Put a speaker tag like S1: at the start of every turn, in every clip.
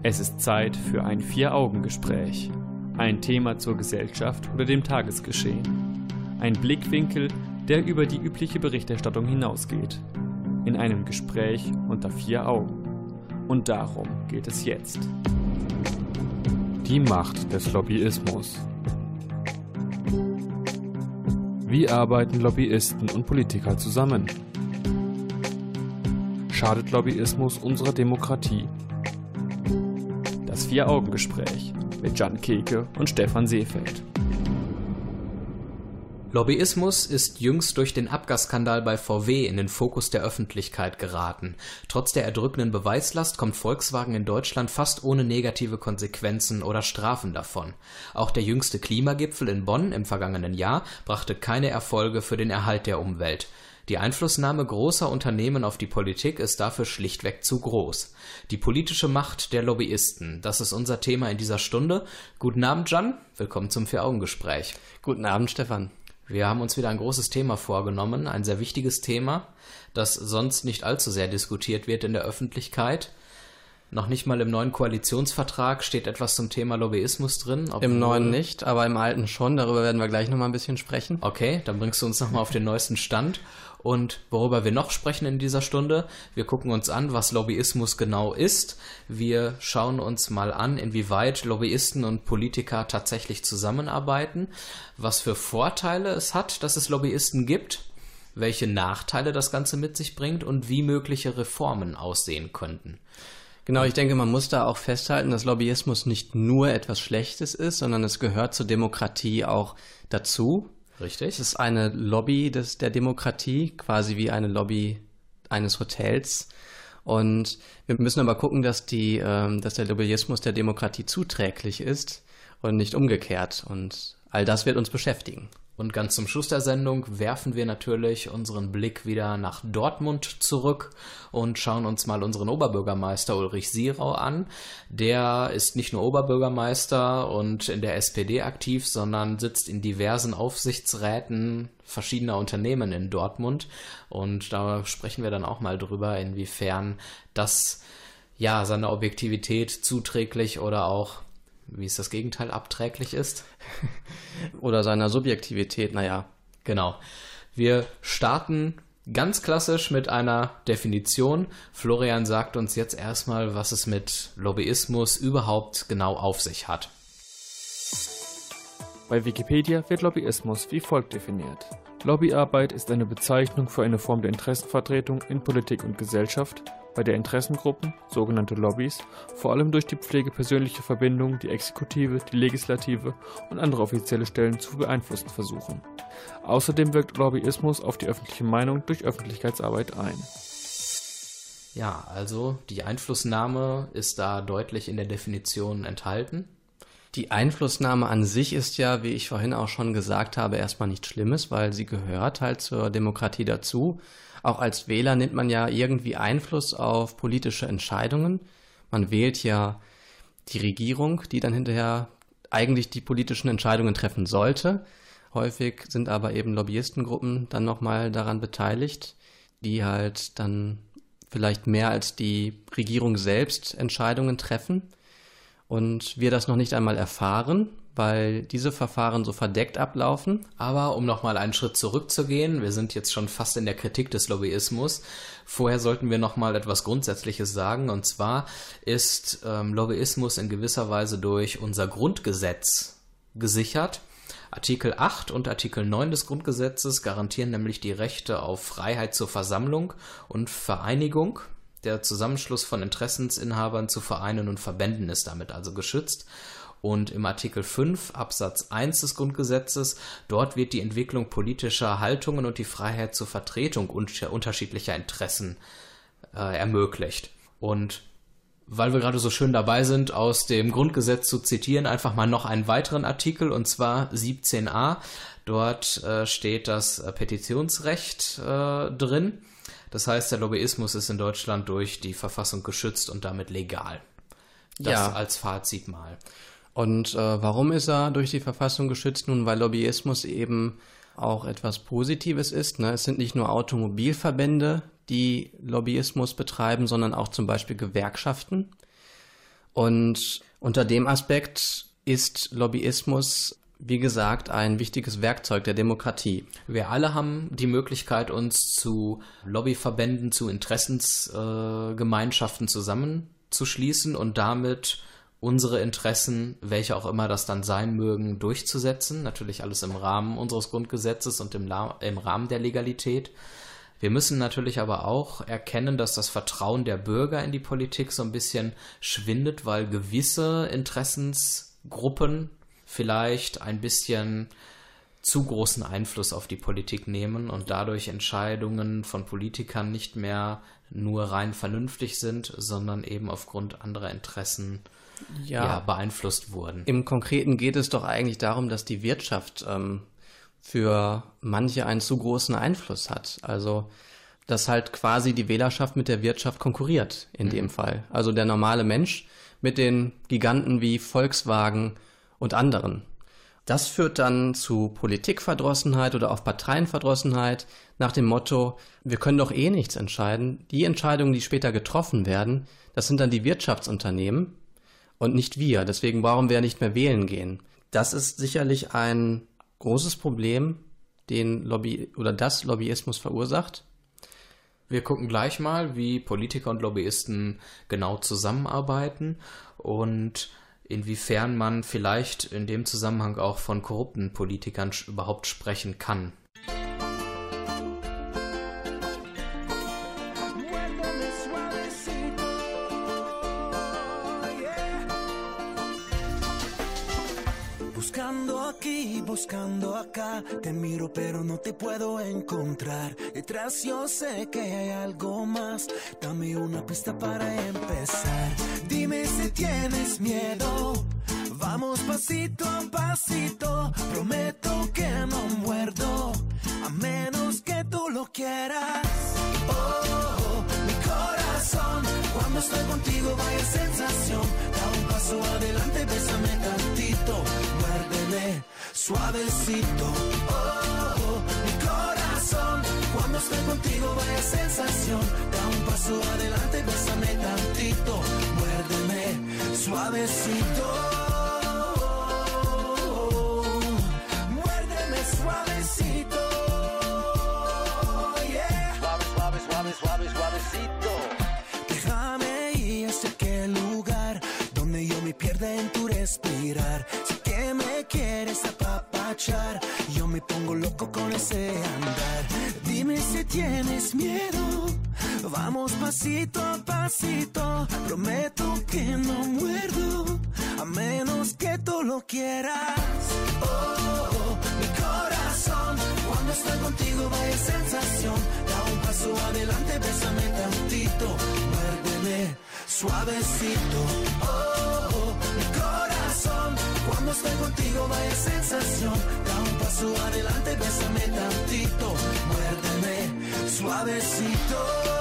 S1: Es ist Zeit für ein Vier-Augen-Gespräch. Ein Thema zur Gesellschaft oder dem Tagesgeschehen. Ein Blickwinkel, der über die übliche Berichterstattung hinausgeht. In einem Gespräch unter vier Augen. Und darum geht es jetzt. Die Macht des Lobbyismus. Wie arbeiten Lobbyisten und Politiker zusammen? Schadet Lobbyismus unserer Demokratie? Das Vier-Augen-Gespräch mit Jan Keke und Stefan Seefeld.
S2: Lobbyismus ist jüngst durch den Abgasskandal bei VW in den Fokus der Öffentlichkeit geraten. Trotz der erdrückenden Beweislast kommt Volkswagen in Deutschland fast ohne negative Konsequenzen oder Strafen davon. Auch der jüngste Klimagipfel in Bonn im vergangenen Jahr brachte keine Erfolge für den Erhalt der Umwelt. Die Einflussnahme großer Unternehmen auf die Politik ist dafür schlichtweg zu groß. Die politische Macht der Lobbyisten, das ist unser Thema in dieser Stunde. Guten Abend, Jan. Willkommen zum Vier-Augen-Gespräch.
S3: Guten Abend, Stefan.
S2: Wir haben uns wieder ein großes Thema vorgenommen, ein sehr wichtiges Thema, das sonst nicht allzu sehr diskutiert wird in der Öffentlichkeit. Noch nicht mal im neuen Koalitionsvertrag steht etwas zum Thema Lobbyismus drin.
S3: Im neuen nicht, aber im alten schon. Darüber werden wir gleich nochmal ein bisschen sprechen.
S2: Okay, dann bringst du uns nochmal auf den neuesten Stand. Und worüber wir noch sprechen in dieser Stunde, wir gucken uns an, was Lobbyismus genau ist. Wir schauen uns mal an, inwieweit Lobbyisten und Politiker tatsächlich zusammenarbeiten, was für Vorteile es hat, dass es Lobbyisten gibt, welche Nachteile das Ganze mit sich bringt und wie mögliche Reformen aussehen könnten.
S3: Genau, ich denke, man muss da auch festhalten, dass Lobbyismus nicht nur etwas Schlechtes ist, sondern es gehört zur Demokratie auch dazu.
S2: Richtig.
S3: Es ist eine Lobby der Demokratie, quasi wie eine Lobby eines Hotels. Und wir müssen aber gucken, dass der Lobbyismus der Demokratie zuträglich ist und nicht umgekehrt. Und all das wird uns beschäftigen.
S2: Und ganz zum Schluss der Sendung werfen wir natürlich unseren Blick wieder nach Dortmund zurück und schauen uns mal unseren Oberbürgermeister Ulrich Sirau an. Der ist nicht nur Oberbürgermeister und in der SPD aktiv, sondern sitzt in diversen Aufsichtsräten verschiedener Unternehmen in Dortmund. Und da sprechen wir dann auch mal drüber, inwiefern das ja seiner Objektivität zuträglich oder auch, wie ist das Gegenteil, abträglich ist?
S3: Oder seiner Subjektivität, naja.
S2: Genau. Wir starten ganz klassisch mit einer Definition. Florian sagt uns jetzt erstmal, was es mit Lobbyismus überhaupt genau auf sich hat.
S1: Bei Wikipedia wird Lobbyismus wie folgt definiert. Lobbyarbeit ist eine Bezeichnung für eine Form der Interessenvertretung in Politik und Gesellschaft, bei der Interessengruppen, sogenannte Lobbys, vor allem durch die Pflege persönlicher Verbindungen die Exekutive, die Legislative und andere offizielle Stellen zu beeinflussen versuchen. Außerdem wirkt Lobbyismus auf die öffentliche Meinung durch Öffentlichkeitsarbeit ein.
S2: Ja, also die Einflussnahme ist da deutlich in der Definition enthalten.
S3: Die Einflussnahme an sich ist ja, wie ich vorhin auch schon gesagt habe, erstmal nichts Schlimmes, weil sie gehört halt zur Demokratie dazu. Auch als Wähler nimmt man ja irgendwie Einfluss auf politische Entscheidungen. Man wählt ja die Regierung, die dann hinterher eigentlich die politischen Entscheidungen treffen sollte. Häufig sind aber eben Lobbyistengruppen dann nochmal daran beteiligt, die halt dann vielleicht mehr als die Regierung selbst Entscheidungen treffen. Und wir das noch nicht einmal erfahren, weil diese Verfahren so verdeckt ablaufen.
S2: Aber um nochmal einen Schritt zurückzugehen, wir sind jetzt schon fast in der Kritik des Lobbyismus. Vorher sollten wir nochmal etwas Grundsätzliches sagen. Und zwar ist Lobbyismus in gewisser Weise durch unser Grundgesetz gesichert. Artikel 8 und Artikel 9 des Grundgesetzes garantieren nämlich die Rechte auf Freiheit zur Versammlung und Vereinigung. Der Zusammenschluss von Interessensinhabern zu Vereinen und Verbänden ist damit also geschützt. Und im Artikel 5 Absatz 1 des Grundgesetzes, dort wird die Entwicklung politischer Haltungen und die Freiheit zur Vertretung unterschiedlicher Interessen ermöglicht. Und weil wir gerade so schön dabei sind, aus dem Grundgesetz zu zitieren, einfach mal noch einen weiteren Artikel, und zwar 17a. Dort steht das Petitionsrecht drin. Das heißt, der Lobbyismus ist in Deutschland durch die Verfassung geschützt und damit legal. Das ja. Als Fazit mal.
S3: Und warum ist er durch die Verfassung geschützt? Nun, weil Lobbyismus eben auch etwas Positives ist. Ne? Es sind nicht nur Automobilverbände, die Lobbyismus betreiben, sondern auch zum Beispiel Gewerkschaften. Und unter dem Aspekt ist Lobbyismus, wie gesagt, ein wichtiges Werkzeug der Demokratie.
S2: Wir alle haben die Möglichkeit, uns zu Lobbyverbänden, zu Interessensgemeinschaften zusammenzuschließen und damit unsere Interessen, welche auch immer das dann sein mögen, durchzusetzen. Natürlich alles im Rahmen unseres Grundgesetzes und im Rahmen der Legalität. Wir müssen natürlich aber auch erkennen, dass das Vertrauen der Bürger in die Politik so ein bisschen schwindet, weil gewisse Interessensgruppen vielleicht ein bisschen zu großen Einfluss auf die Politik nehmen und dadurch Entscheidungen von Politikern nicht mehr nur rein vernünftig sind, sondern eben aufgrund anderer Interessen beeinflusst wurden.
S3: Im Konkreten geht es doch eigentlich darum, dass die Wirtschaft für manche einen zu großen Einfluss hat. Also, dass halt quasi die Wählerschaft mit der Wirtschaft konkurriert in dem Fall. Also der normale Mensch mit den Giganten wie Volkswagen und anderen. Das führt dann zu Politikverdrossenheit oder auch Parteienverdrossenheit nach dem Motto, wir können doch eh nichts entscheiden. Die Entscheidungen, die später getroffen werden, das sind dann die Wirtschaftsunternehmen und nicht wir. Deswegen brauchen wir nicht mehr wählen gehen. Das ist sicherlich ein großes Problem, das Lobbyismus verursacht.
S2: Wir gucken gleich mal, wie Politiker und Lobbyisten genau zusammenarbeiten und inwiefern man vielleicht in dem Zusammenhang auch von korrupten Politikern überhaupt sprechen kann.
S4: Buscando aquí, buscando acá, te miro pero no te puedo encontrar. Detrás yo sé que hay algo más, dame una pista para empezar. Dime si tienes miedo, vamos pasito a pasito. Prometo que no muerdo, a menos que tú lo quieras. Oh, mi corazón, cuando estoy contigo vaya sensación. Da un paso adelante, bésame tantito, muérdeme suavecito. Oh, mi corazón, cuando estoy contigo vaya sensación. Da un paso adelante, bésame tantito, muérdeme suavecito. Muérdeme suavecito. Yeah. Suave, suave, suave, suave, suavecito. Déjame ir hasta aquel lugar donde yo me pierda en tu respirar. Sé que me quieres apapachar, yo me pongo loco con ese andar. Dime si tienes miedo, vamos pasito a pasito. Prometo que no muerdo, a menos que tú lo quieras. Oh, mi corazón, cuando estoy contigo vaya sensación. Da un paso adelante, bésame tantito, muérdeme suavecito. Oh, mi corazón, cuando estoy contigo vaya sensación. Da un paso adelante, bésame tantito, muérdeme suavecito.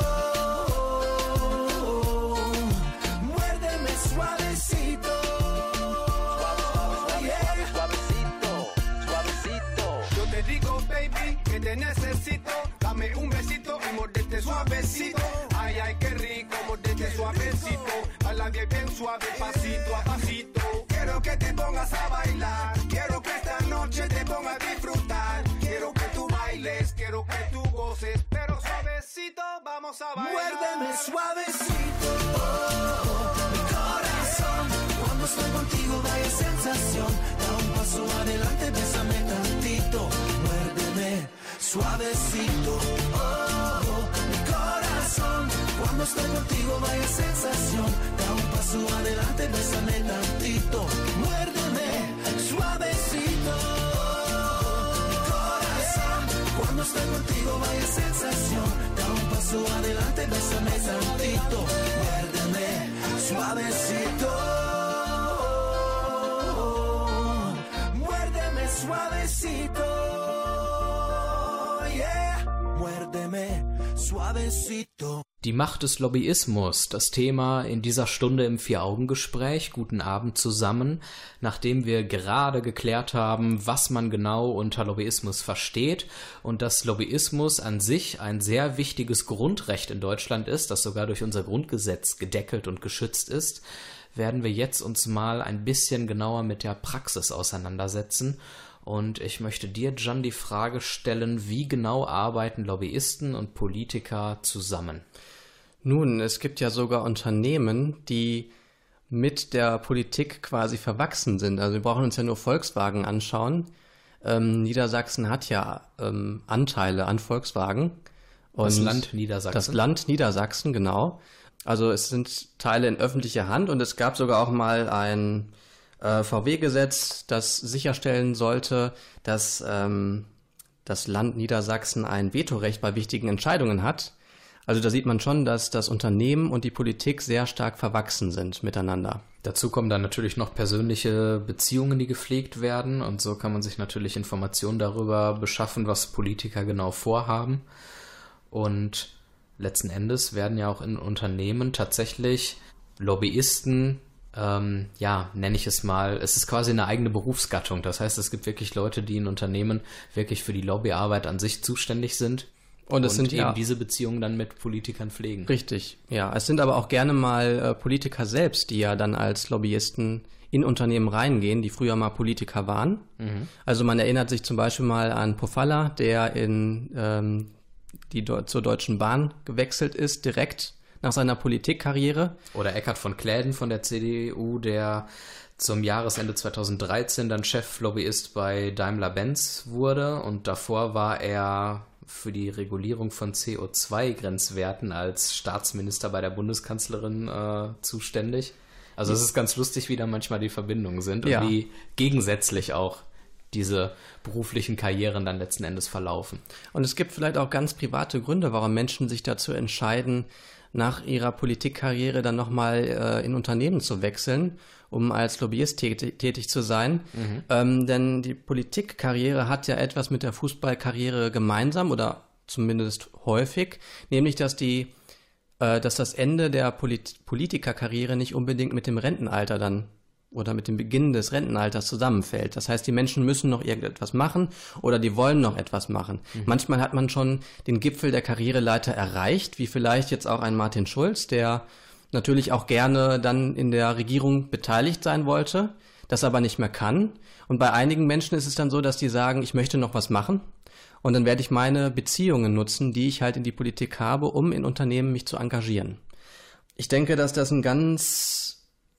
S4: Muérdeme suavecito. Suave, suavecito, suavecito.
S5: Yo te digo, baby, que te necesito. Dame un besito y mordete suavecito. Ay, ay, qué rico, mordete suavecito. Baila bien, bien suave, pasito a pasito. Quiero que te pongas a bailar. Quiero que esta noche te pongas a disfrutar. Quiero que tú bailes, quiero que tú goces. Pero suavecito, vamos a bailar.
S4: Muérdeme suavecito. Oh, mi corazón, cuando estoy contigo vaya sensación. Da un paso adelante, bésame tantito, muérdeme suavecito. Oh, mi corazón, cuando estoy contigo vaya sensación. Da un paso adelante, bésame tantito, muérdeme suavecito. Mi corazón, cuando estoy contigo vaya sensación. Da un paso adelante, bésame tantito, muérdeme suavecito. Muérdeme suavecito. Yeah, muérdeme suavecito.
S2: Die Macht des Lobbyismus, das Thema in dieser Stunde im Vier-Augen-Gespräch. Guten Abend zusammen. Nachdem wir gerade geklärt haben, was man genau unter Lobbyismus versteht und dass Lobbyismus an sich ein sehr wichtiges Grundrecht in Deutschland ist, das sogar durch unser Grundgesetz gedeckelt und geschützt ist, werden wir jetzt uns mal ein bisschen genauer mit der Praxis auseinandersetzen. Und ich möchte dir, Can, die Frage stellen, wie genau arbeiten Lobbyisten und Politiker zusammen?
S3: Nun, es gibt ja sogar Unternehmen, die mit der Politik quasi verwachsen sind. Also wir brauchen uns ja nur Volkswagen anschauen. Niedersachsen hat ja Anteile an Volkswagen. Und
S2: das Land Niedersachsen.
S3: Das Land Niedersachsen, genau. Also es sind Teile in öffentlicher Hand und es gab sogar auch mal ein VW-Gesetz, das sicherstellen sollte, dass das Land Niedersachsen ein Vetorecht bei wichtigen Entscheidungen hat. Also da sieht man schon, dass das Unternehmen und die Politik sehr stark verwachsen sind miteinander.
S2: Dazu kommen dann natürlich noch persönliche Beziehungen, die gepflegt werden, und so kann man sich natürlich Informationen darüber beschaffen, was Politiker genau vorhaben. Und letzten Endes werden ja auch in Unternehmen tatsächlich Lobbyisten, nenne ich es mal, es ist quasi eine eigene Berufsgattung. Das heißt, es gibt wirklich Leute, die in Unternehmen wirklich für die Lobbyarbeit an sich zuständig sind
S3: und sind
S2: eben diese Beziehungen dann mit Politikern pflegen.
S3: Richtig, ja. Es sind aber auch gerne mal Politiker selbst, die ja dann als Lobbyisten in Unternehmen reingehen, die früher mal Politiker waren. Mhm. Also man erinnert sich zum Beispiel mal an Pofalla, der zur Deutschen Bahn gewechselt ist, direkt nach seiner Politikkarriere.
S2: Oder Eckhard von Kläden von der CDU, der zum Jahresende 2013 dann Cheflobbyist bei Daimler-Benz wurde, und davor war er für die Regulierung von CO2-Grenzwerten als Staatsminister bei der Bundeskanzlerin zuständig. Also es ist ganz lustig, wie da manchmal die Verbindungen sind und wie gegensätzlich auch diese beruflichen Karrieren dann letzten Endes verlaufen.
S3: Und es gibt vielleicht auch ganz private Gründe, warum Menschen sich dazu entscheiden, nach ihrer Politikkarriere dann nochmal in Unternehmen zu wechseln, um als Lobbyist tätig zu sein. Mhm. Denn die Politikkarriere hat ja etwas mit der Fußballkarriere gemeinsam, oder zumindest häufig, nämlich dass das Ende der Politikerkarriere nicht unbedingt mit dem Rentenalter dann oder mit dem Beginn des Rentenalters zusammenfällt. Das heißt, die Menschen müssen noch irgendetwas machen oder die wollen noch etwas machen. Mhm. Manchmal hat man schon den Gipfel der Karriereleiter erreicht, wie vielleicht jetzt auch ein Martin Schulz, der natürlich auch gerne dann in der Regierung beteiligt sein wollte, das aber nicht mehr kann. Und bei einigen Menschen ist es dann so, dass die sagen, ich möchte noch was machen. Und dann werde ich meine Beziehungen nutzen, die ich halt in die Politik habe, um in Unternehmen mich zu engagieren. Ich denke, dass das ein ganz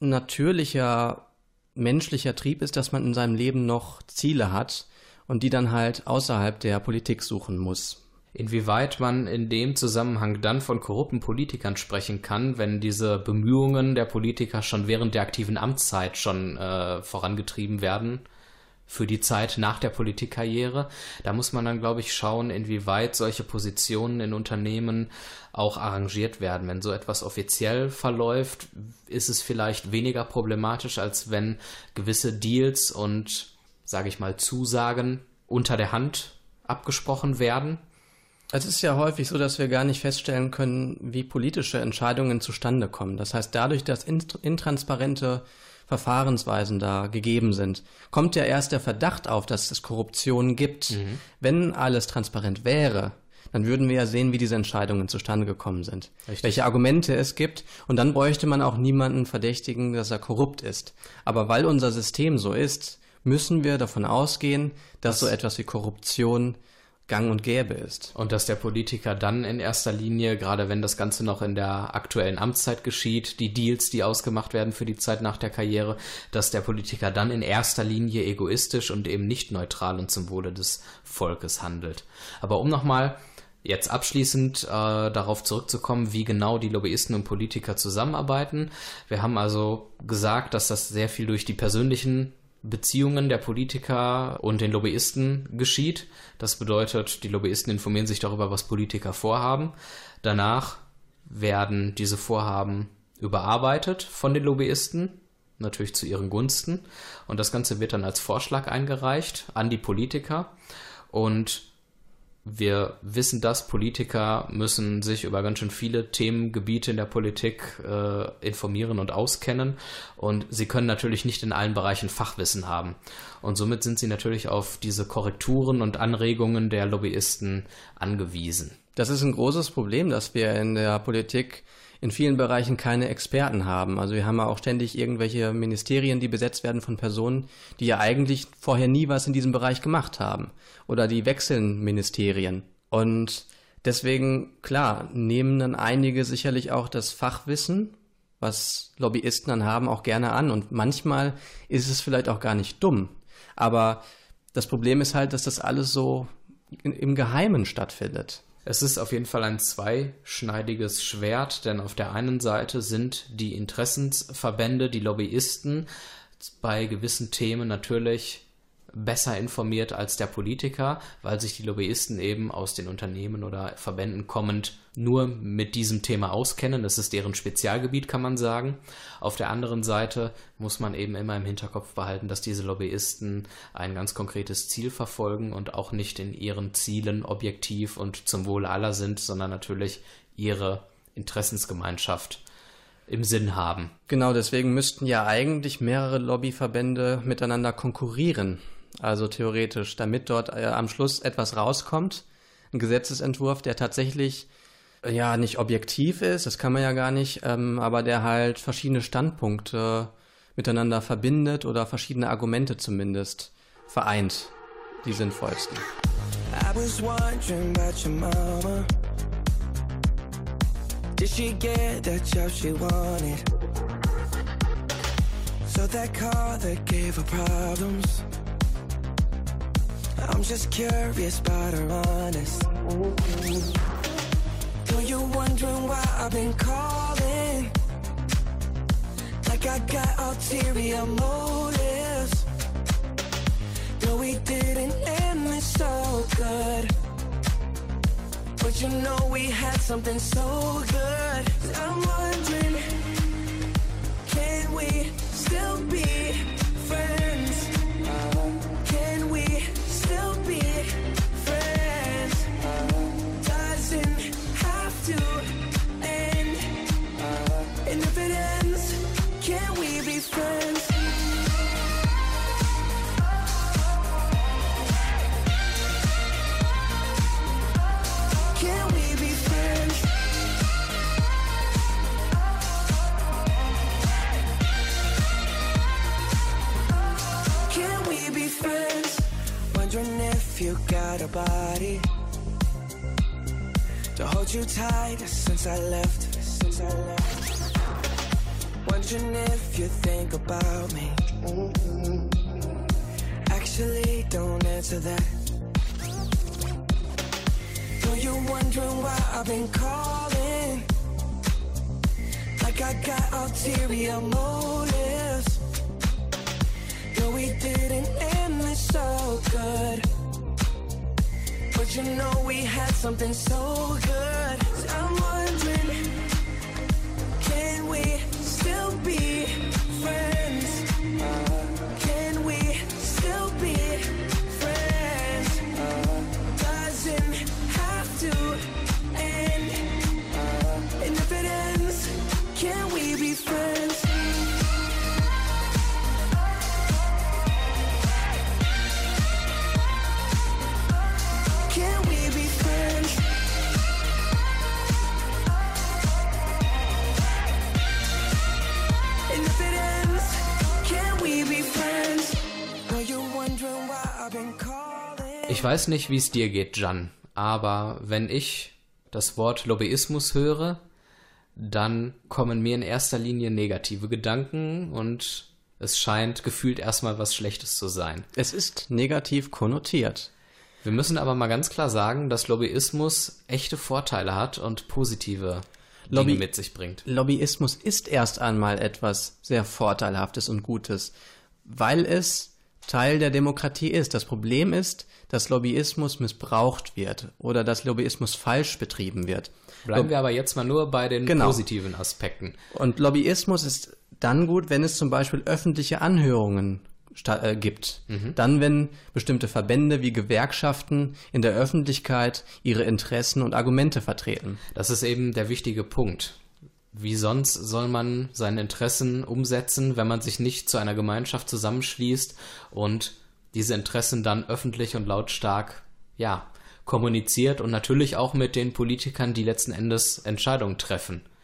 S3: natürlicher menschlicher Trieb ist, dass man in seinem Leben noch Ziele hat und die dann halt außerhalb der Politik suchen muss.
S2: Inwieweit man in dem Zusammenhang dann von korrupten Politikern sprechen kann, wenn diese Bemühungen der Politiker schon während der aktiven Amtszeit schon vorangetrieben werden für die Zeit nach der Politikkarriere. Da muss man dann, glaube ich, schauen, inwieweit solche Positionen in Unternehmen auch arrangiert werden. Wenn so etwas offiziell verläuft, ist es vielleicht weniger problematisch, als wenn gewisse Deals und, sage ich mal, Zusagen unter der Hand abgesprochen werden.
S3: Es ist ja häufig so, dass wir gar nicht feststellen können, wie politische Entscheidungen zustande kommen. Das heißt, dadurch, dass intransparente Verfahrensweisen da gegeben sind, kommt ja erst der Verdacht auf, dass es Korruption gibt. Mhm. Wenn alles transparent wäre, dann würden wir ja sehen, wie diese Entscheidungen zustande gekommen sind. Richtig. Welche Argumente es gibt, und dann bräuchte man auch niemanden verdächtigen, dass er korrupt ist. Aber weil unser System so ist, müssen wir davon ausgehen, dass so etwas wie Korruption gang und gäbe ist.
S2: Und dass der Politiker dann in erster Linie, gerade wenn das Ganze noch in der aktuellen Amtszeit geschieht, die Deals, die ausgemacht werden für die Zeit nach der Karriere, dass der Politiker dann in erster Linie egoistisch und eben nicht neutral und zum Wohle des Volkes handelt. Aber um nochmal jetzt abschließend darauf zurückzukommen, wie genau die Lobbyisten und Politiker zusammenarbeiten. Wir haben also gesagt, dass das sehr viel durch die persönlichen Beziehungen der Politiker und den Lobbyisten geschieht. Das bedeutet, die Lobbyisten informieren sich darüber, was Politiker vorhaben. Danach werden diese Vorhaben überarbeitet von den Lobbyisten, natürlich zu ihren Gunsten. Und das Ganze wird dann als Vorschlag eingereicht an die Politiker. Und wir wissen, dass Politiker müssen sich über ganz schön viele Themengebiete in der Politik informieren und auskennen, und sie können natürlich nicht in allen Bereichen Fachwissen haben. Und somit sind sie natürlich auf diese Korrekturen und Anregungen der Lobbyisten angewiesen.
S3: Das ist ein großes Problem, das wir in der Politik in vielen Bereichen keine Experten haben. Also wir haben ja auch ständig irgendwelche Ministerien, die besetzt werden von Personen, die ja eigentlich vorher nie was in diesem Bereich gemacht haben. Oder die wechseln Ministerien. Und deswegen, klar, nehmen dann einige sicherlich auch das Fachwissen, was Lobbyisten dann haben, auch gerne an. Und manchmal ist es vielleicht auch gar nicht dumm. Aber das Problem ist halt, dass das alles so im Geheimen stattfindet.
S2: Es ist auf jeden Fall ein zweischneidiges Schwert, denn auf der einen Seite sind die Interessensverbände, die Lobbyisten, bei gewissen Themen natürlich besser informiert als der Politiker, weil sich die Lobbyisten eben aus den Unternehmen oder Verbänden kommend nur mit diesem Thema auskennen. Das ist deren Spezialgebiet, kann man sagen. Auf der anderen Seite muss man eben immer im Hinterkopf behalten, dass diese Lobbyisten ein ganz konkretes Ziel verfolgen und auch nicht in ihren Zielen objektiv und zum Wohle aller sind, sondern natürlich ihre Interessensgemeinschaft im Sinn haben.
S3: Genau, deswegen müssten ja eigentlich mehrere Lobbyverbände miteinander konkurrieren. Also theoretisch, damit dort am Schluss etwas rauskommt, ein Gesetzesentwurf, der tatsächlich ja nicht objektiv ist, das kann man ja gar nicht, aber der halt verschiedene Standpunkte miteinander verbindet oder verschiedene Argumente zumindest vereint, die sinnvollsten.
S4: I was wondering about your mama. Did she get that job she wanted? So that car that gave her problems. I'm just curious about her honest. Though you're wondering why I've been calling, like I got ulterior motives. No, we didn't end this so good, but you know we had something so good. I'm wondering, can we still be friends? Can we still be friends? Doesn't have to end. And if it ends, can we be friends? Can we be friends? Can we be friends? Wondering if you got a body to hold you tight since I left. Wondering if you think about me. Actually, don't answer that. Though you're wondering why I've been calling, like I got ulterior motives. No, we didn't end this so good, but you know we had something so good. I'm wondering, can we still be friends? Can we still be friends? Doesn't have to end. And if it ends, can we be friends? Can we be friends? And if it ends, can we be friends? Are you wondering why I've been calling?
S2: Ich weiß nicht, wie es dir geht, Jan, aber wenn ich das Wort Lobbyismus höre, dann kommen mir in erster Linie negative Gedanken und es scheint gefühlt erstmal was Schlechtes zu sein.
S3: Es ist negativ konnotiert.
S2: Wir müssen aber mal ganz klar sagen, dass Lobbyismus echte Vorteile hat und positive Dinge mit sich bringt.
S3: Lobbyismus ist erst einmal etwas sehr Vorteilhaftes und Gutes, weil es Teil der Demokratie ist. Das Problem ist, dass Lobbyismus missbraucht wird oder dass Lobbyismus falsch betrieben wird.
S2: Bleiben wir aber jetzt mal nur bei den positiven Aspekten.
S3: Und Lobbyismus ist dann gut, wenn es zum Beispiel öffentliche Anhörungen gibt. Dann, wenn bestimmte Verbände wie Gewerkschaften in der Öffentlichkeit ihre Interessen und Argumente vertreten.
S2: Das ist eben der wichtige Punkt. Wie sonst soll man seine Interessen umsetzen, wenn man sich nicht zu einer Gemeinschaft zusammenschließt und diese Interessen dann öffentlich und lautstark, kommuniziert und natürlich auch mit den Politikern, die letzten Endes Entscheidungen treffen.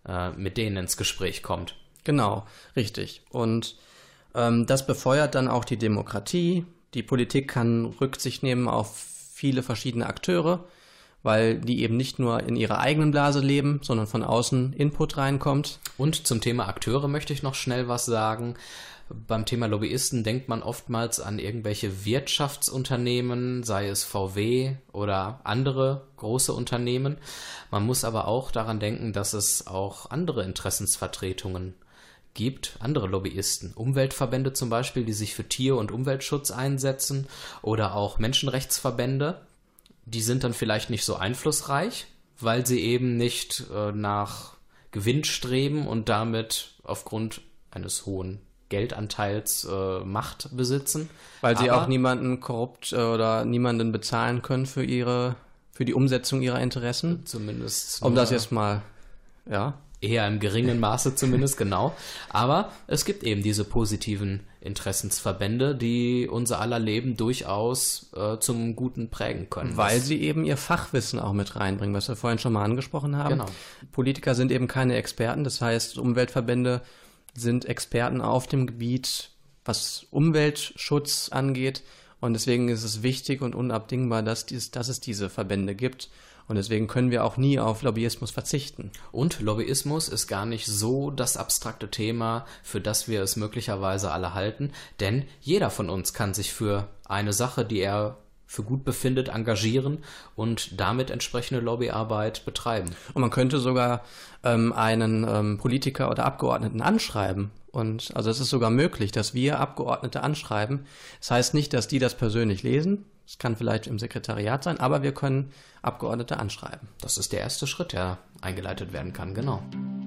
S2: mit denen ins Gespräch kommt.
S3: Genau, richtig. Und das befeuert dann auch die Demokratie. Die Politik kann Rücksicht nehmen auf viele verschiedene Akteure, weil die eben nicht nur in ihrer eigenen Blase leben, sondern von außen Input reinkommt.
S2: Und zum Thema Akteure möchte ich noch schnell was sagen. Beim Thema Lobbyisten denkt man oftmals an irgendwelche Wirtschaftsunternehmen, sei es VW oder andere große Unternehmen. Man muss aber auch daran denken, dass es auch andere Interessensvertretungen gibt, andere Lobbyisten, Umweltverbände zum Beispiel, die sich für Tier- und Umweltschutz einsetzen, oder auch Menschenrechtsverbände. Die sind dann vielleicht nicht so einflussreich, weil sie eben nicht nach Gewinn streben und damit aufgrund eines hohen Geldanteils Macht besitzen.
S3: Weil sie auch niemanden korrupt oder niemanden bezahlen können für die Umsetzung ihrer Interessen.
S2: Zumindest.
S3: Um das jetzt mal, ja.
S2: Eher im geringen Maße zumindest, genau. Aber es gibt eben diese positiven Interessensverbände, die unser aller Leben durchaus zum Guten prägen können.
S3: Weil sie eben ihr Fachwissen auch mit reinbringen, was wir vorhin schon mal angesprochen haben.
S2: Genau.
S3: Politiker sind eben keine Experten, das heißt, Umweltverbände sind Experten auf dem Gebiet, was Umweltschutz angeht. Und deswegen ist es wichtig und unabdingbar, dass es diese Verbände gibt. Und deswegen können wir auch nie auf Lobbyismus verzichten.
S2: Und Lobbyismus ist gar nicht so das abstrakte Thema, für das wir es möglicherweise alle halten. Denn jeder von uns kann sich für eine Sache, die er für gut befindet, engagieren und damit entsprechende Lobbyarbeit betreiben.
S3: Und man könnte sogar einen Politiker oder Abgeordneten anschreiben. Und also es ist sogar möglich, dass wir Abgeordnete anschreiben. Das heißt nicht, dass die das persönlich lesen. Es kann vielleicht im Sekretariat sein, aber wir können Abgeordnete anschreiben.
S2: Das ist der erste Schritt, der eingeleitet werden kann, genau.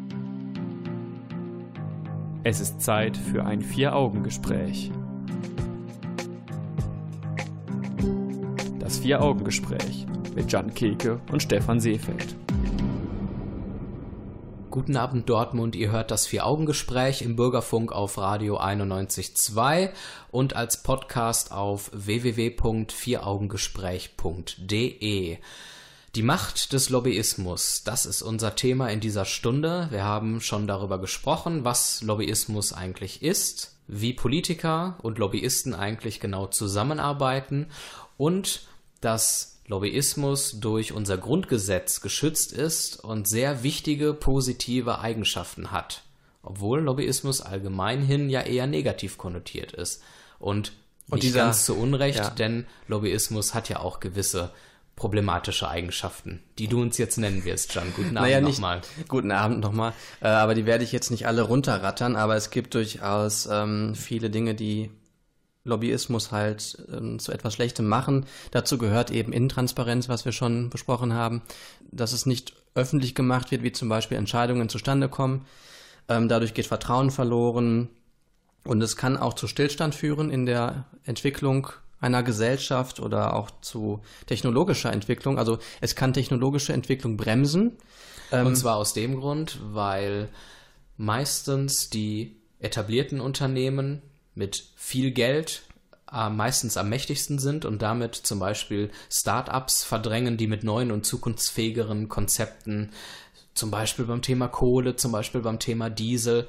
S1: Es ist Zeit für ein Vier-Augen-Gespräch. Das Vier-Augen-Gespräch mit Jan Keke und Stefan Seefeld.
S2: Guten Abend Dortmund, ihr hört das Vier-Augen-Gespräch im Bürgerfunk auf Radio 91.2 und als Podcast auf www.vieraugengespräch.de. Die Macht des Lobbyismus, das ist unser Thema in dieser Stunde. Wir haben schon darüber gesprochen, was Lobbyismus eigentlich ist, wie Politiker und Lobbyisten eigentlich genau zusammenarbeiten und dass Lobbyismus durch unser Grundgesetz geschützt ist und sehr wichtige positive Eigenschaften hat, obwohl Lobbyismus allgemeinhin ja eher negativ konnotiert ist. Und nicht ganz zu Unrecht, ja. Denn Lobbyismus hat ja auch gewisse problematische Eigenschaften, die du uns jetzt nennen wirst, Jan. Guten Abend nochmal.
S3: Guten Abend nochmal, aber die werde ich jetzt nicht alle runterrattern, aber es gibt durchaus viele Dinge, die Lobbyismus halt zu etwas Schlechtem machen. Dazu gehört eben Intransparenz, was wir schon besprochen haben, dass es nicht öffentlich gemacht wird, wie zum Beispiel Entscheidungen zustande kommen. Dadurch geht Vertrauen verloren und es kann auch zu Stillstand führen in der Entwicklung einer Gesellschaft oder auch zu technologischer Entwicklung. Also es kann technologische Entwicklung bremsen.
S2: Und zwar aus dem Grund, weil meistens die etablierten Unternehmen mit viel Geld meistens am mächtigsten sind und damit zum Beispiel Start-ups verdrängen, die mit neuen und zukunftsfähigeren Konzepten, zum Beispiel beim Thema Kohle, zum Beispiel beim Thema Diesel,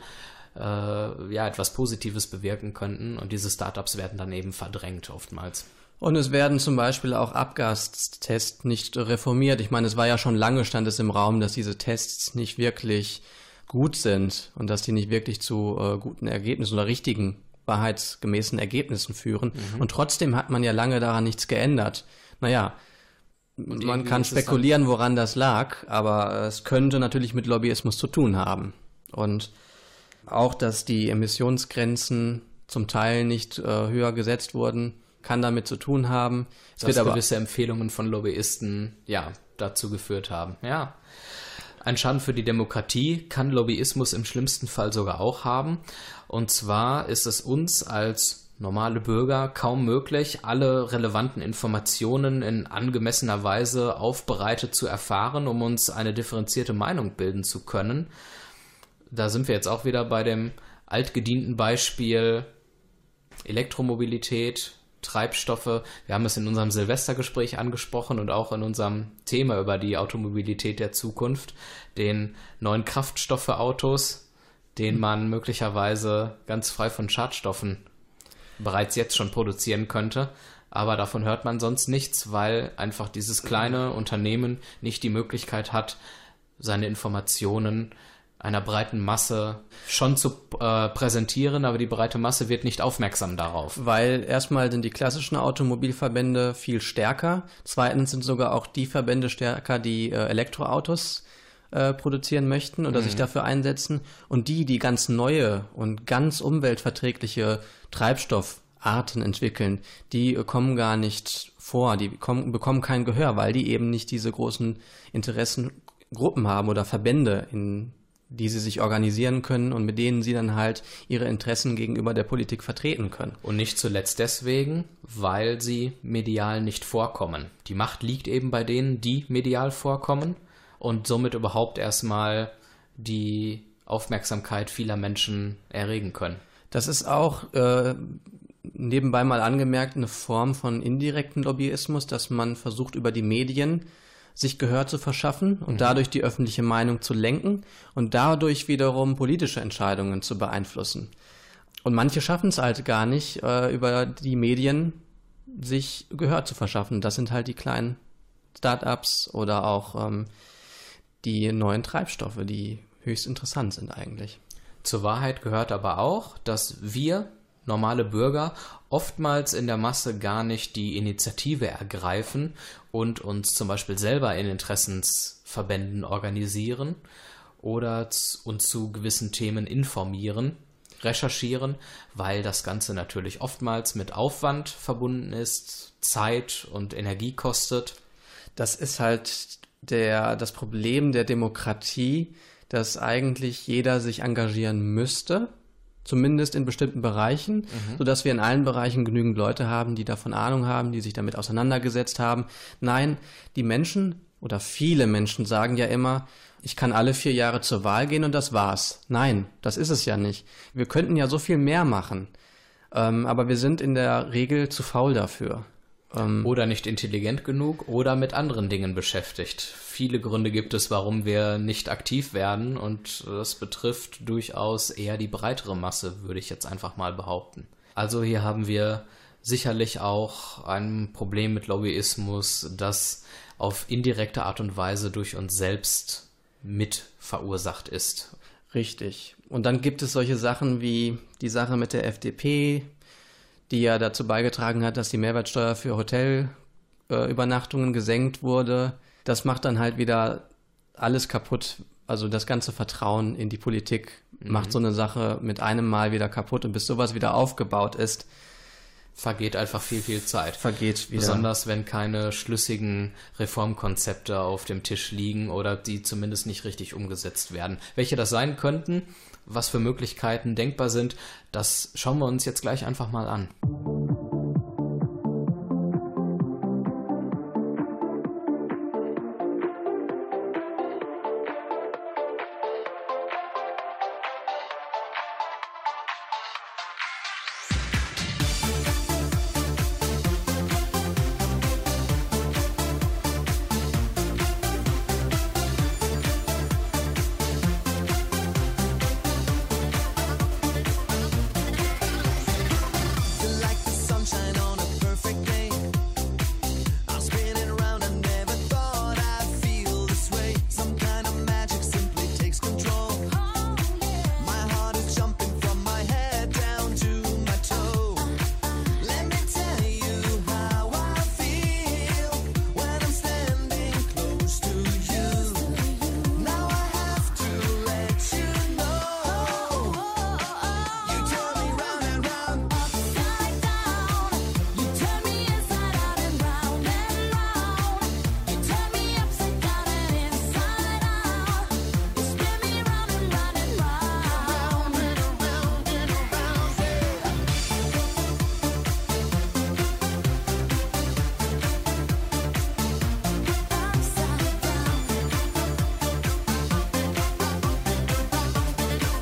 S2: etwas Positives bewirken könnten. Und diese Start-ups werden dann eben verdrängt oftmals.
S3: Und es werden zum Beispiel auch Abgastests nicht reformiert. Ich meine, es war ja schon lange, stand es im Raum, dass diese Tests nicht wirklich gut sind und dass die nicht wirklich zu guten Ergebnissen oder richtigen wahrheitsgemäßen Ergebnissen führen. Und trotzdem hat man ja lange daran nichts geändert. Naja, man kann spekulieren, woran das lag, aber es könnte natürlich mit Lobbyismus zu tun haben. Und auch, dass die Emissionsgrenzen zum Teil nicht höher gesetzt wurden, kann damit zu tun haben.
S2: Dass gewisse Empfehlungen von Lobbyisten dazu geführt haben. Ja. Ein Schaden für die Demokratie kann Lobbyismus im schlimmsten Fall sogar auch haben. Und zwar ist es uns als normale Bürger kaum möglich, alle relevanten Informationen in angemessener Weise aufbereitet zu erfahren, um uns eine differenzierte Meinung bilden zu können. Da sind wir jetzt auch wieder bei dem altgedienten Beispiel Elektromobilität. Treibstoffe, wir haben es in unserem Silvestergespräch angesprochen und auch in unserem Thema über die Automobilität der Zukunft, den neuen Kraftstoff für Autos, den man möglicherweise ganz frei von Schadstoffen bereits jetzt schon produzieren könnte. Aber davon hört man sonst nichts, weil einfach dieses kleine Unternehmen nicht die Möglichkeit hat, seine Informationen einer breiten Masse schon zu präsentieren, aber die breite Masse wird nicht aufmerksam darauf.
S3: Weil erstmal sind die klassischen Automobilverbände viel stärker. Zweitens sind sogar auch die Verbände stärker, die Elektroautos produzieren möchten oder sich dafür einsetzen. Und die ganz neue und ganz umweltverträgliche Treibstoffarten entwickeln, die kommen gar nicht vor, die bekommen kein Gehör, weil die eben nicht diese großen Interessengruppen haben oder Verbände, in die sie sich organisieren können und mit denen sie dann halt ihre Interessen gegenüber der Politik vertreten können.
S2: Und nicht zuletzt deswegen, weil sie medial nicht vorkommen. Die Macht liegt eben bei denen, die medial vorkommen und somit überhaupt erstmal die Aufmerksamkeit vieler Menschen erregen können.
S3: Das ist auch nebenbei mal angemerkt eine Form von indirekten Lobbyismus, dass man versucht, über die Medien sich Gehör zu verschaffen und dadurch die öffentliche Meinung zu lenken und dadurch wiederum politische Entscheidungen zu beeinflussen. Und manche schaffen es halt gar nicht, über die Medien sich Gehör zu verschaffen. Das sind halt die kleinen Start-ups oder auch die neuen Treibstoffe, die höchst interessant sind eigentlich.
S2: Zur Wahrheit gehört aber auch, dass wir normale Bürger oftmals in der Masse gar nicht die Initiative ergreifen und uns zum Beispiel selber in Interessensverbänden organisieren oder uns zu gewissen Themen informieren, recherchieren, weil das Ganze natürlich oftmals mit Aufwand verbunden ist, Zeit und Energie kostet.
S3: Das ist halt das Problem der Demokratie, dass eigentlich jeder sich engagieren müsste, zumindest in bestimmten Bereichen, sodass wir in allen Bereichen genügend Leute haben, die davon Ahnung haben, die sich damit auseinandergesetzt haben. Nein, die Menschen oder viele Menschen sagen ja immer, ich kann alle 4 Jahre zur Wahl gehen und das war's. Nein, das ist es ja nicht. Wir könnten ja so viel mehr machen, aber wir sind in der Regel zu faul dafür.
S2: Oder nicht intelligent genug oder mit anderen Dingen beschäftigt. Viele Gründe gibt es, warum wir nicht aktiv werden und das betrifft durchaus eher die breitere Masse, würde ich jetzt einfach mal behaupten. Also hier haben wir sicherlich auch ein Problem mit Lobbyismus, das auf indirekte Art und Weise durch uns selbst mit verursacht ist.
S3: Richtig. Und dann gibt es solche Sachen wie die Sache mit der FDP, die ja dazu beigetragen hat, dass die Mehrwertsteuer für Hotelübernachtungen gesenkt wurde. Das macht dann halt wieder alles kaputt. Also das ganze Vertrauen in die Politik macht so eine Sache mit einem Mal wieder kaputt. Und bis sowas wieder aufgebaut ist,
S2: vergeht einfach viel Zeit.
S3: Vergeht wieder.
S2: Besonders wenn keine schlüssigen Reformkonzepte auf dem Tisch liegen oder die zumindest nicht richtig umgesetzt werden. Welche das sein könnten, was für Möglichkeiten denkbar sind, das schauen wir uns jetzt gleich einfach mal an.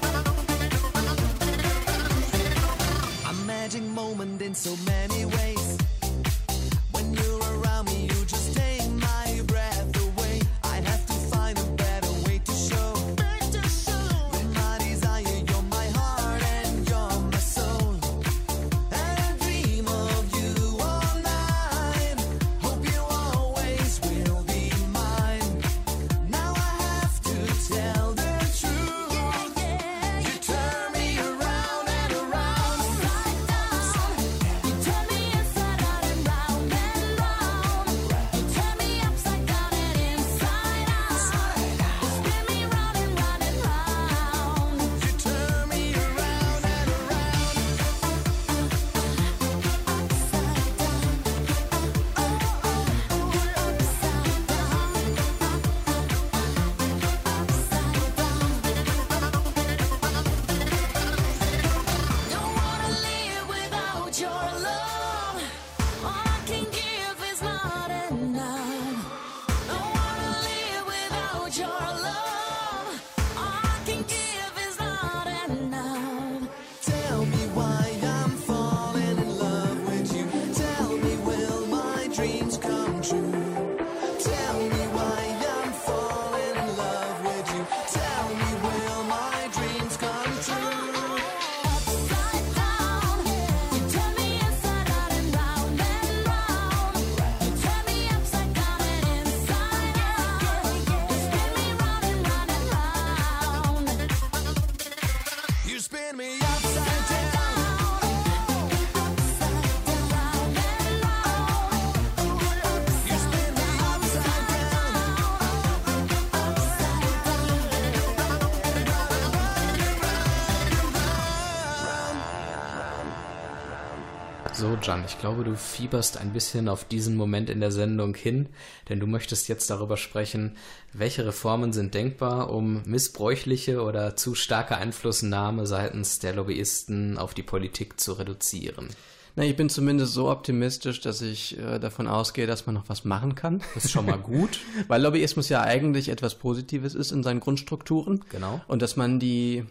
S4: in so many ways.
S2: So, Can, ich glaube, du fieberst ein bisschen auf diesen Moment in der Sendung hin, denn du möchtest jetzt darüber sprechen, welche Reformen sind denkbar, um missbräuchliche oder zu starke Einflussnahme seitens der Lobbyisten auf die Politik zu reduzieren.
S3: Na, ich bin zumindest so optimistisch, dass ich davon ausgehe, dass man noch was machen kann.
S2: Das ist schon mal gut.
S3: Weil Lobbyismus ja eigentlich etwas Positives ist in seinen Grundstrukturen.
S2: Genau.
S3: Und dass man die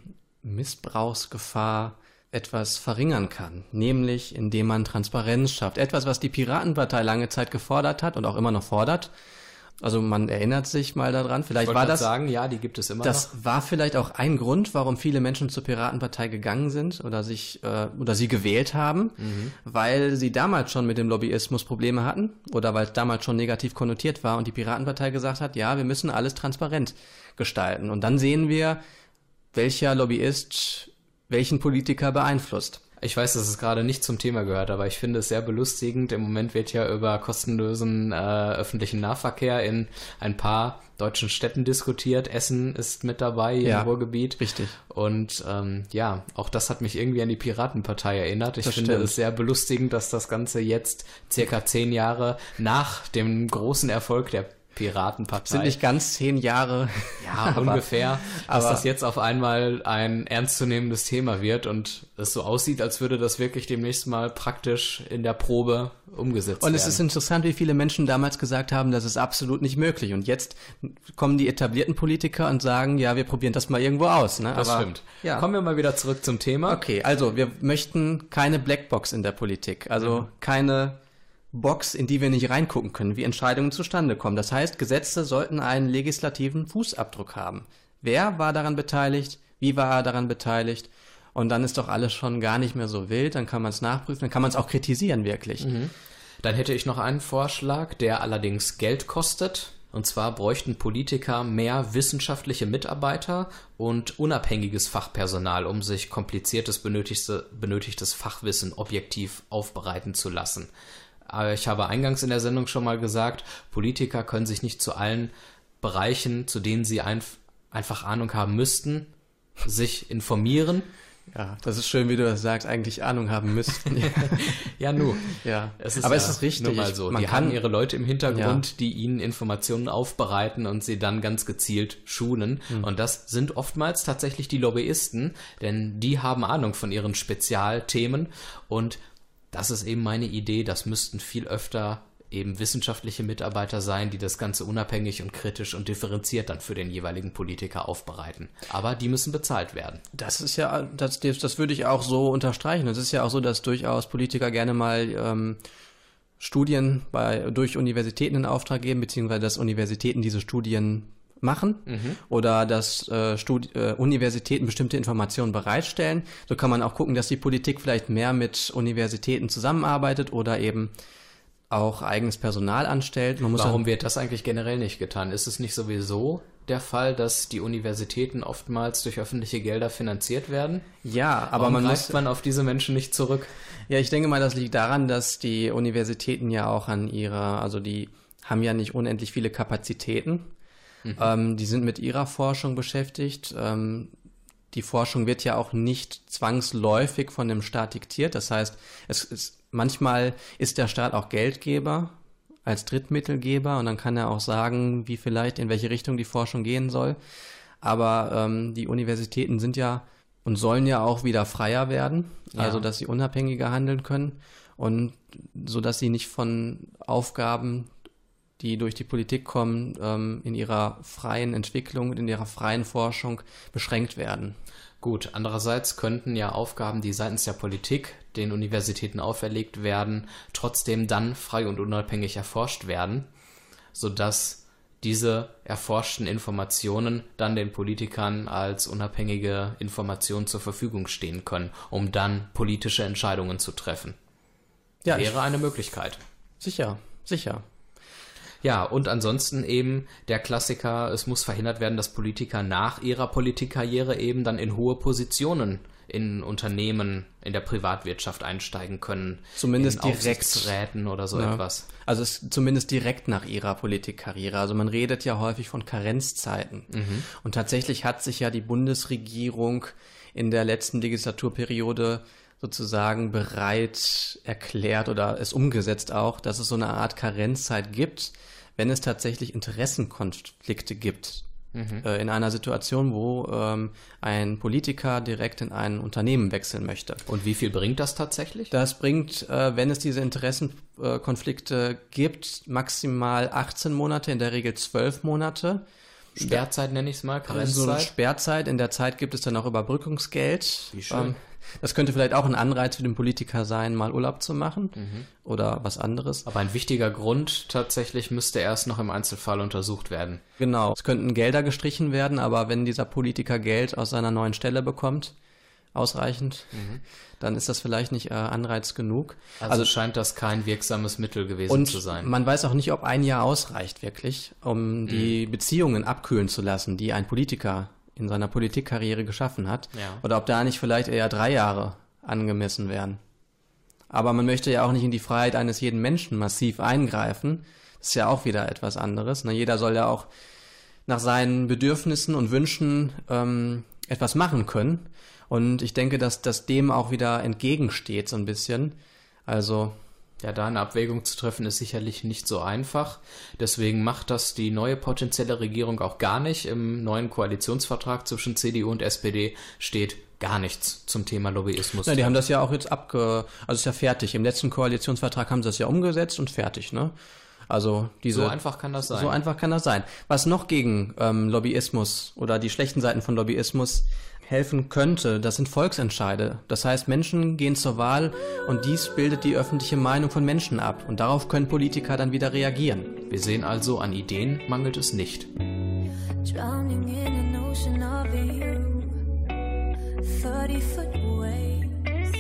S3: Missbrauchsgefahr etwas verringern kann, nämlich indem man Transparenz schafft. Etwas, was die Piratenpartei lange Zeit gefordert hat und auch immer noch fordert. Also man erinnert sich mal daran. Vielleicht war das
S2: sagen, ja, die gibt es immer
S3: das noch. War vielleicht auch ein Grund, warum viele Menschen zur Piratenpartei gegangen sind oder sie gewählt haben, weil sie damals schon mit dem Lobbyismus Probleme hatten oder weil es damals schon negativ konnotiert war und die Piratenpartei gesagt hat, ja, wir müssen alles transparent gestalten. Und dann sehen wir, welcher Lobbyist welchen Politiker beeinflusst.
S2: Ich weiß, dass es gerade nicht zum Thema gehört, aber ich finde es sehr belustigend. Im Moment wird ja über kostenlosen öffentlichen Nahverkehr in ein paar deutschen Städten diskutiert. Essen ist mit dabei im Ruhrgebiet.
S3: Richtig.
S2: Und auch das hat mich irgendwie an die Piratenpartei erinnert. Ich finde es sehr belustigend, dass das Ganze jetzt circa 10 Jahre nach dem großen Erfolg der Piratenpartei.
S3: Sind nicht ganz 10 Jahre.
S2: Ja, ungefähr. Dass das jetzt auf einmal ein ernstzunehmendes Thema wird und es so aussieht, als würde das wirklich demnächst mal praktisch in der Probe umgesetzt werden.
S3: Und es ist interessant, wie viele Menschen damals gesagt haben, das ist absolut nicht möglich. Und jetzt kommen die etablierten Politiker und sagen, ja, wir probieren das mal irgendwo aus. Ne?
S2: Das stimmt. Ja. Kommen wir mal wieder zurück zum Thema.
S3: Okay, also wir möchten keine Blackbox in der Politik. Also keine Box, in die wir nicht reingucken können, wie Entscheidungen zustande kommen. Das heißt, Gesetze sollten einen legislativen Fußabdruck haben. Wer war daran beteiligt? Wie war er daran beteiligt? Und dann ist doch alles schon gar nicht mehr so wild. Dann kann man es nachprüfen, dann kann man es auch kritisieren, wirklich.
S2: Dann hätte ich noch einen Vorschlag, der allerdings Geld kostet. Und zwar bräuchten Politiker mehr wissenschaftliche Mitarbeiter und unabhängiges Fachpersonal, um sich kompliziertes benötigtes Fachwissen objektiv aufbereiten zu lassen. Aber ich habe eingangs in der Sendung schon mal gesagt, Politiker können sich nicht zu allen Bereichen, zu denen sie einfach Ahnung haben müssten, sich informieren.
S3: Ja, das ist schön, wie du das sagst, eigentlich Ahnung haben müssten.
S2: Ja, nu.
S3: Ja.
S2: Es ist
S3: aber es ist richtig.
S2: Nur mal so. Die haben ihre Leute im Hintergrund, die ihnen Informationen aufbereiten und sie dann ganz gezielt schulen. Und das sind oftmals tatsächlich die Lobbyisten, denn die haben Ahnung von ihren Spezialthemen und das ist eben meine Idee, das müssten viel öfter eben wissenschaftliche Mitarbeiter sein, die das Ganze unabhängig und kritisch und differenziert dann für den jeweiligen Politiker aufbereiten. Aber die müssen bezahlt werden.
S3: Das ist ja, das würde ich auch so unterstreichen. Es ist ja auch so, dass durchaus Politiker gerne mal Studien durch Universitäten in Auftrag geben, beziehungsweise dass Universitäten diese Studien machen oder dass Universitäten bestimmte Informationen bereitstellen. So kann man auch gucken, dass die Politik vielleicht mehr mit Universitäten zusammenarbeitet oder eben auch eigenes Personal anstellt.
S2: Warum wird das eigentlich generell nicht getan? Ist es nicht sowieso der Fall, dass die Universitäten oftmals durch öffentliche Gelder finanziert werden?
S3: Ja, aber man
S2: auf diese Menschen nicht zurück?
S3: Ja, ich denke mal, das liegt daran, dass die Universitäten ja auch die haben ja nicht unendlich viele Kapazitäten. Die sind mit ihrer Forschung beschäftigt. Die Forschung wird ja auch nicht zwangsläufig von dem Staat diktiert. Das heißt, manchmal ist der Staat auch Geldgeber als Drittmittelgeber und dann kann er auch sagen, wie vielleicht in welche Richtung die Forschung gehen soll. Aber die Universitäten sind ja und sollen ja auch wieder freier werden, also dass sie unabhängiger handeln können und so dass sie nicht von Aufgaben, die durch die Politik kommen, in ihrer freien Entwicklung und in ihrer freien Forschung beschränkt werden.
S2: Gut, andererseits könnten ja Aufgaben, die seitens der Politik den Universitäten auferlegt werden, trotzdem dann frei und unabhängig erforscht werden, sodass diese erforschten Informationen dann den Politikern als unabhängige Informationen zur Verfügung stehen können, um dann politische Entscheidungen zu treffen. Ja, wäre eine Möglichkeit.
S3: Sicher.
S2: Ja, und ansonsten eben der Klassiker, es muss verhindert werden, dass Politiker nach ihrer Politikkarriere eben dann in hohe Positionen in Unternehmen, in der Privatwirtschaft einsteigen können.
S3: Zumindest
S2: in
S3: direkt.
S2: Aufsichtsräten oder so etwas.
S3: Also zumindest direkt nach ihrer Politikkarriere. Also man redet ja häufig von Karenzzeiten. Und tatsächlich hat sich ja die Bundesregierung in der letzten Legislaturperiode sozusagen bereit erklärt oder es umgesetzt auch, dass es so eine Art Karenzzeit gibt, wenn es tatsächlich Interessenkonflikte gibt. In einer Situation, wo ein Politiker direkt in ein Unternehmen wechseln möchte.
S2: Und wie viel bringt das tatsächlich?
S3: Das bringt, wenn es diese Interessenkonflikte gibt, maximal 18 Monate, in der Regel 12 Monate.
S2: Sperrzeit nenne ich es mal, Karenzzeit.
S3: So eine Sperrzeit. In der Zeit gibt es dann auch Überbrückungsgeld.
S2: Wie schön.
S3: Das könnte vielleicht auch ein Anreiz für den Politiker sein, mal Urlaub zu machen oder was anderes.
S2: Aber ein wichtiger Grund tatsächlich müsste erst noch im Einzelfall untersucht werden.
S3: Genau. Es könnten Gelder gestrichen werden, aber wenn dieser Politiker Geld aus seiner neuen Stelle bekommt, ausreichend, dann ist das vielleicht nicht Anreiz genug.
S2: Also scheint das kein wirksames Mittel gewesen zu sein.
S3: Und man weiß auch nicht, ob ein Jahr ausreicht wirklich, um die Beziehungen abkühlen zu lassen, die ein Politiker in seiner Politikkarriere geschaffen hat.
S2: Ja.
S3: Oder ob da nicht vielleicht eher 3 Jahre angemessen wären. Aber man möchte ja auch nicht in die Freiheit eines jeden Menschen massiv eingreifen. Das ist ja auch wieder etwas anderes. Jeder soll ja auch nach seinen Bedürfnissen und Wünschen etwas machen können. Und ich denke, dass das dem auch wieder entgegensteht so ein bisschen. Also
S2: ja, da eine Abwägung zu treffen, ist sicherlich nicht so einfach. Deswegen macht das die neue potenzielle Regierung auch gar nicht. Im neuen Koalitionsvertrag zwischen CDU und SPD steht gar nichts zum Thema Lobbyismus.
S3: Na, die haben das ja auch jetzt also ist ja fertig. Im letzten Koalitionsvertrag haben sie das ja umgesetzt und fertig, ne? Also
S2: so einfach kann das sein.
S3: So einfach kann das sein. Was noch gegen Lobbyismus oder die schlechten Seiten von Lobbyismus helfen könnte, das sind Volksentscheide. Das heißt, Menschen gehen zur Wahl und dies bildet die öffentliche Meinung von Menschen ab. Und darauf können Politiker dann wieder reagieren.
S2: Wir sehen also, an Ideen mangelt es nicht.
S6: Drowning in an ocean of you, 30-foot waves,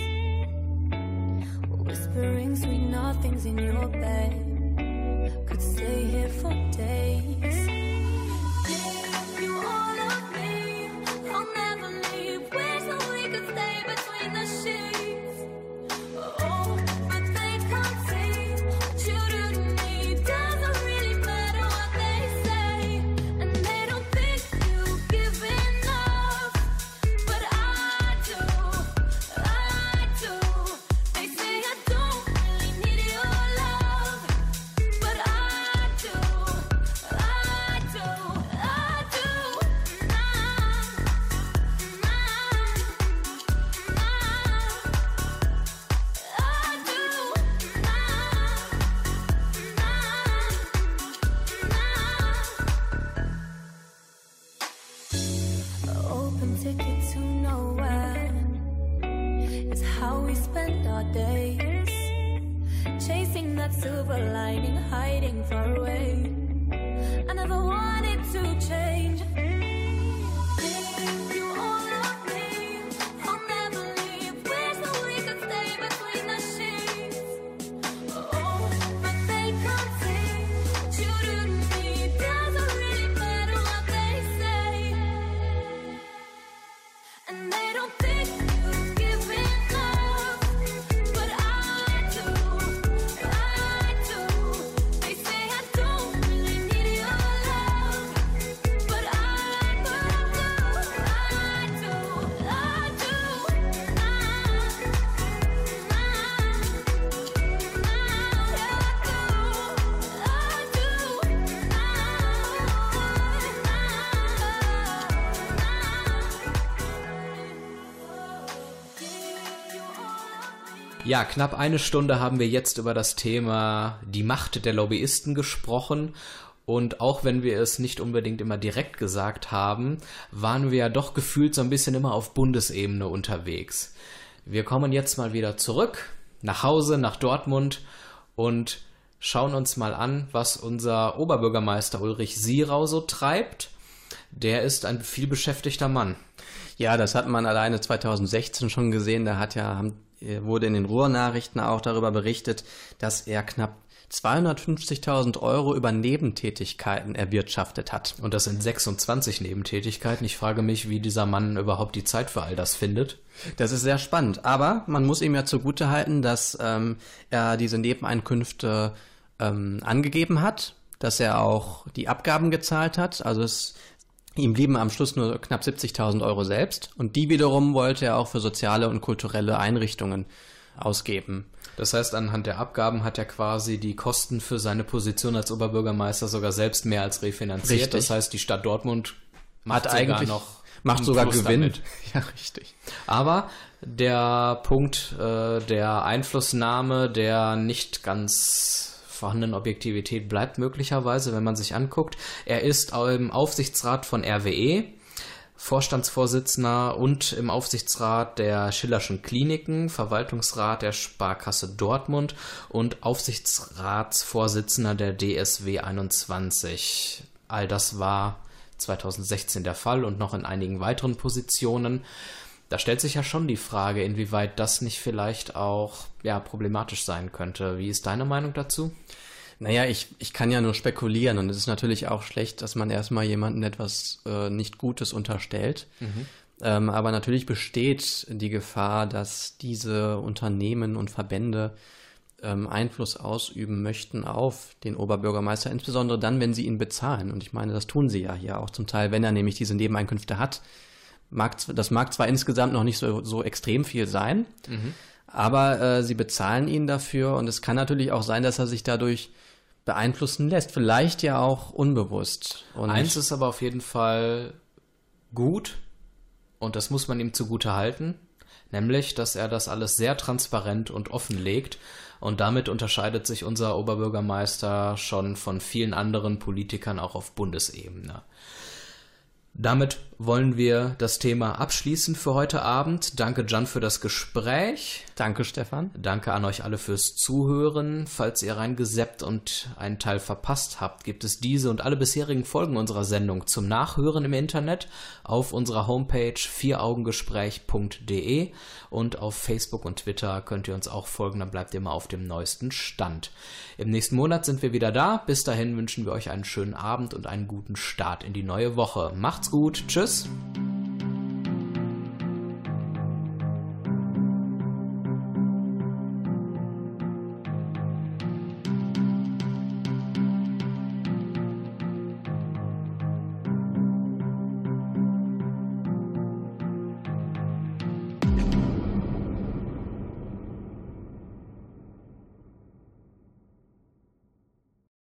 S6: whispering sweet nothings in your bed, could stay here for days. You all of me, I'll never leave. Where's the we could stay between the sheets? Oh, but they can't see what you do to me. Doesn't really matter what they say, and they don't think you give enough, but I do. They say I don't really need your love, but I do. Open ticket to nowhere is how we spend our days, chasing that silver lining, hiding far away. I never wanted to change. You all love me, I'll never leave. Where's the we could stay between the sheets? Oh, but they can't see what you do to me. Doesn't really matter what they say, and they don't think you give enough, but I do. They say I don't really need your love, but I do.
S2: Ja, knapp eine Stunde haben wir jetzt über das Thema die Macht der Lobbyisten gesprochen. Und auch wenn wir es nicht unbedingt immer direkt gesagt haben, waren wir ja doch gefühlt so ein bisschen immer auf Bundesebene unterwegs. Wir kommen jetzt mal wieder zurück, nach Hause, nach Dortmund und schauen uns mal an, was unser Oberbürgermeister Ulrich Sirau so treibt. Der ist ein vielbeschäftigter Mann.
S3: Ja, das hat man alleine 2016 schon gesehen. Da wurde in den Ruhrnachrichten auch darüber berichtet, dass er knapp 250.000 € über Nebentätigkeiten erwirtschaftet hat.
S2: Und das sind 26 Nebentätigkeiten. Ich frage mich, wie dieser Mann überhaupt die Zeit für all das findet.
S3: Das ist sehr spannend. Aber man muss ihm ja zugutehalten, dass er diese Nebeneinkünfte angegeben hat, dass er auch die Abgaben gezahlt hat. Also Ihm blieben am Schluss nur knapp 70.000 Euro selbst und die wiederum wollte er auch für soziale und kulturelle Einrichtungen ausgeben.
S2: Das heißt, anhand der Abgaben hat er quasi die Kosten für seine Position als Oberbürgermeister sogar selbst mehr als refinanziert.
S3: Richtig.
S2: Das heißt, die Stadt Dortmund
S3: Macht sogar
S2: Plus
S3: Gewinn.
S2: damit.
S3: Ja, richtig.
S2: Aber der Punkt der Einflussnahme, der nicht ganz vorhandenen Objektivität bleibt möglicherweise, wenn man sich anguckt. Er ist im Aufsichtsrat von RWE, Vorstandsvorsitzender und im Aufsichtsrat der Schillerschen Kliniken, Verwaltungsrat der Sparkasse Dortmund und Aufsichtsratsvorsitzender der DSW 21. All das war 2016 der Fall und noch in einigen weiteren Positionen. Da stellt sich ja schon die Frage, inwieweit das nicht vielleicht auch problematisch sein könnte. Wie ist deine Meinung dazu?
S3: Naja, ich kann ja nur spekulieren und es ist natürlich auch schlecht, dass man erstmal jemandem etwas nicht Gutes unterstellt. Aber natürlich besteht die Gefahr, dass diese Unternehmen und Verbände Einfluss ausüben möchten auf den Oberbürgermeister, insbesondere dann, wenn sie ihn bezahlen. Und ich meine, das tun sie ja hier auch zum Teil, wenn er nämlich diese Nebeneinkünfte hat. Das mag zwar insgesamt noch nicht so extrem viel sein, aber sie bezahlen ihn dafür und es kann natürlich auch sein, dass er sich dadurch beeinflussen lässt, vielleicht ja auch unbewusst. Und
S2: eins ist aber auf jeden Fall gut und das muss man ihm zugute halten, nämlich, dass er das alles sehr transparent und offenlegt und damit unterscheidet sich unser Oberbürgermeister schon von vielen anderen Politikern auch auf Bundesebene. Damit wollen wir das Thema abschließen für heute Abend. Danke, Jan, für das Gespräch.
S3: Danke, Stefan.
S2: Danke an euch alle fürs Zuhören. Falls ihr reingesappt und einen Teil verpasst habt, gibt es diese und alle bisherigen Folgen unserer Sendung zum Nachhören im Internet auf unserer Homepage vieraugengespräch.de und auf Facebook und Twitter könnt ihr uns auch folgen, dann bleibt ihr immer auf dem neuesten Stand. Im nächsten Monat sind wir wieder da. Bis dahin wünschen wir euch einen schönen Abend und einen guten Start in die neue Woche. Macht's gut. Tschüss.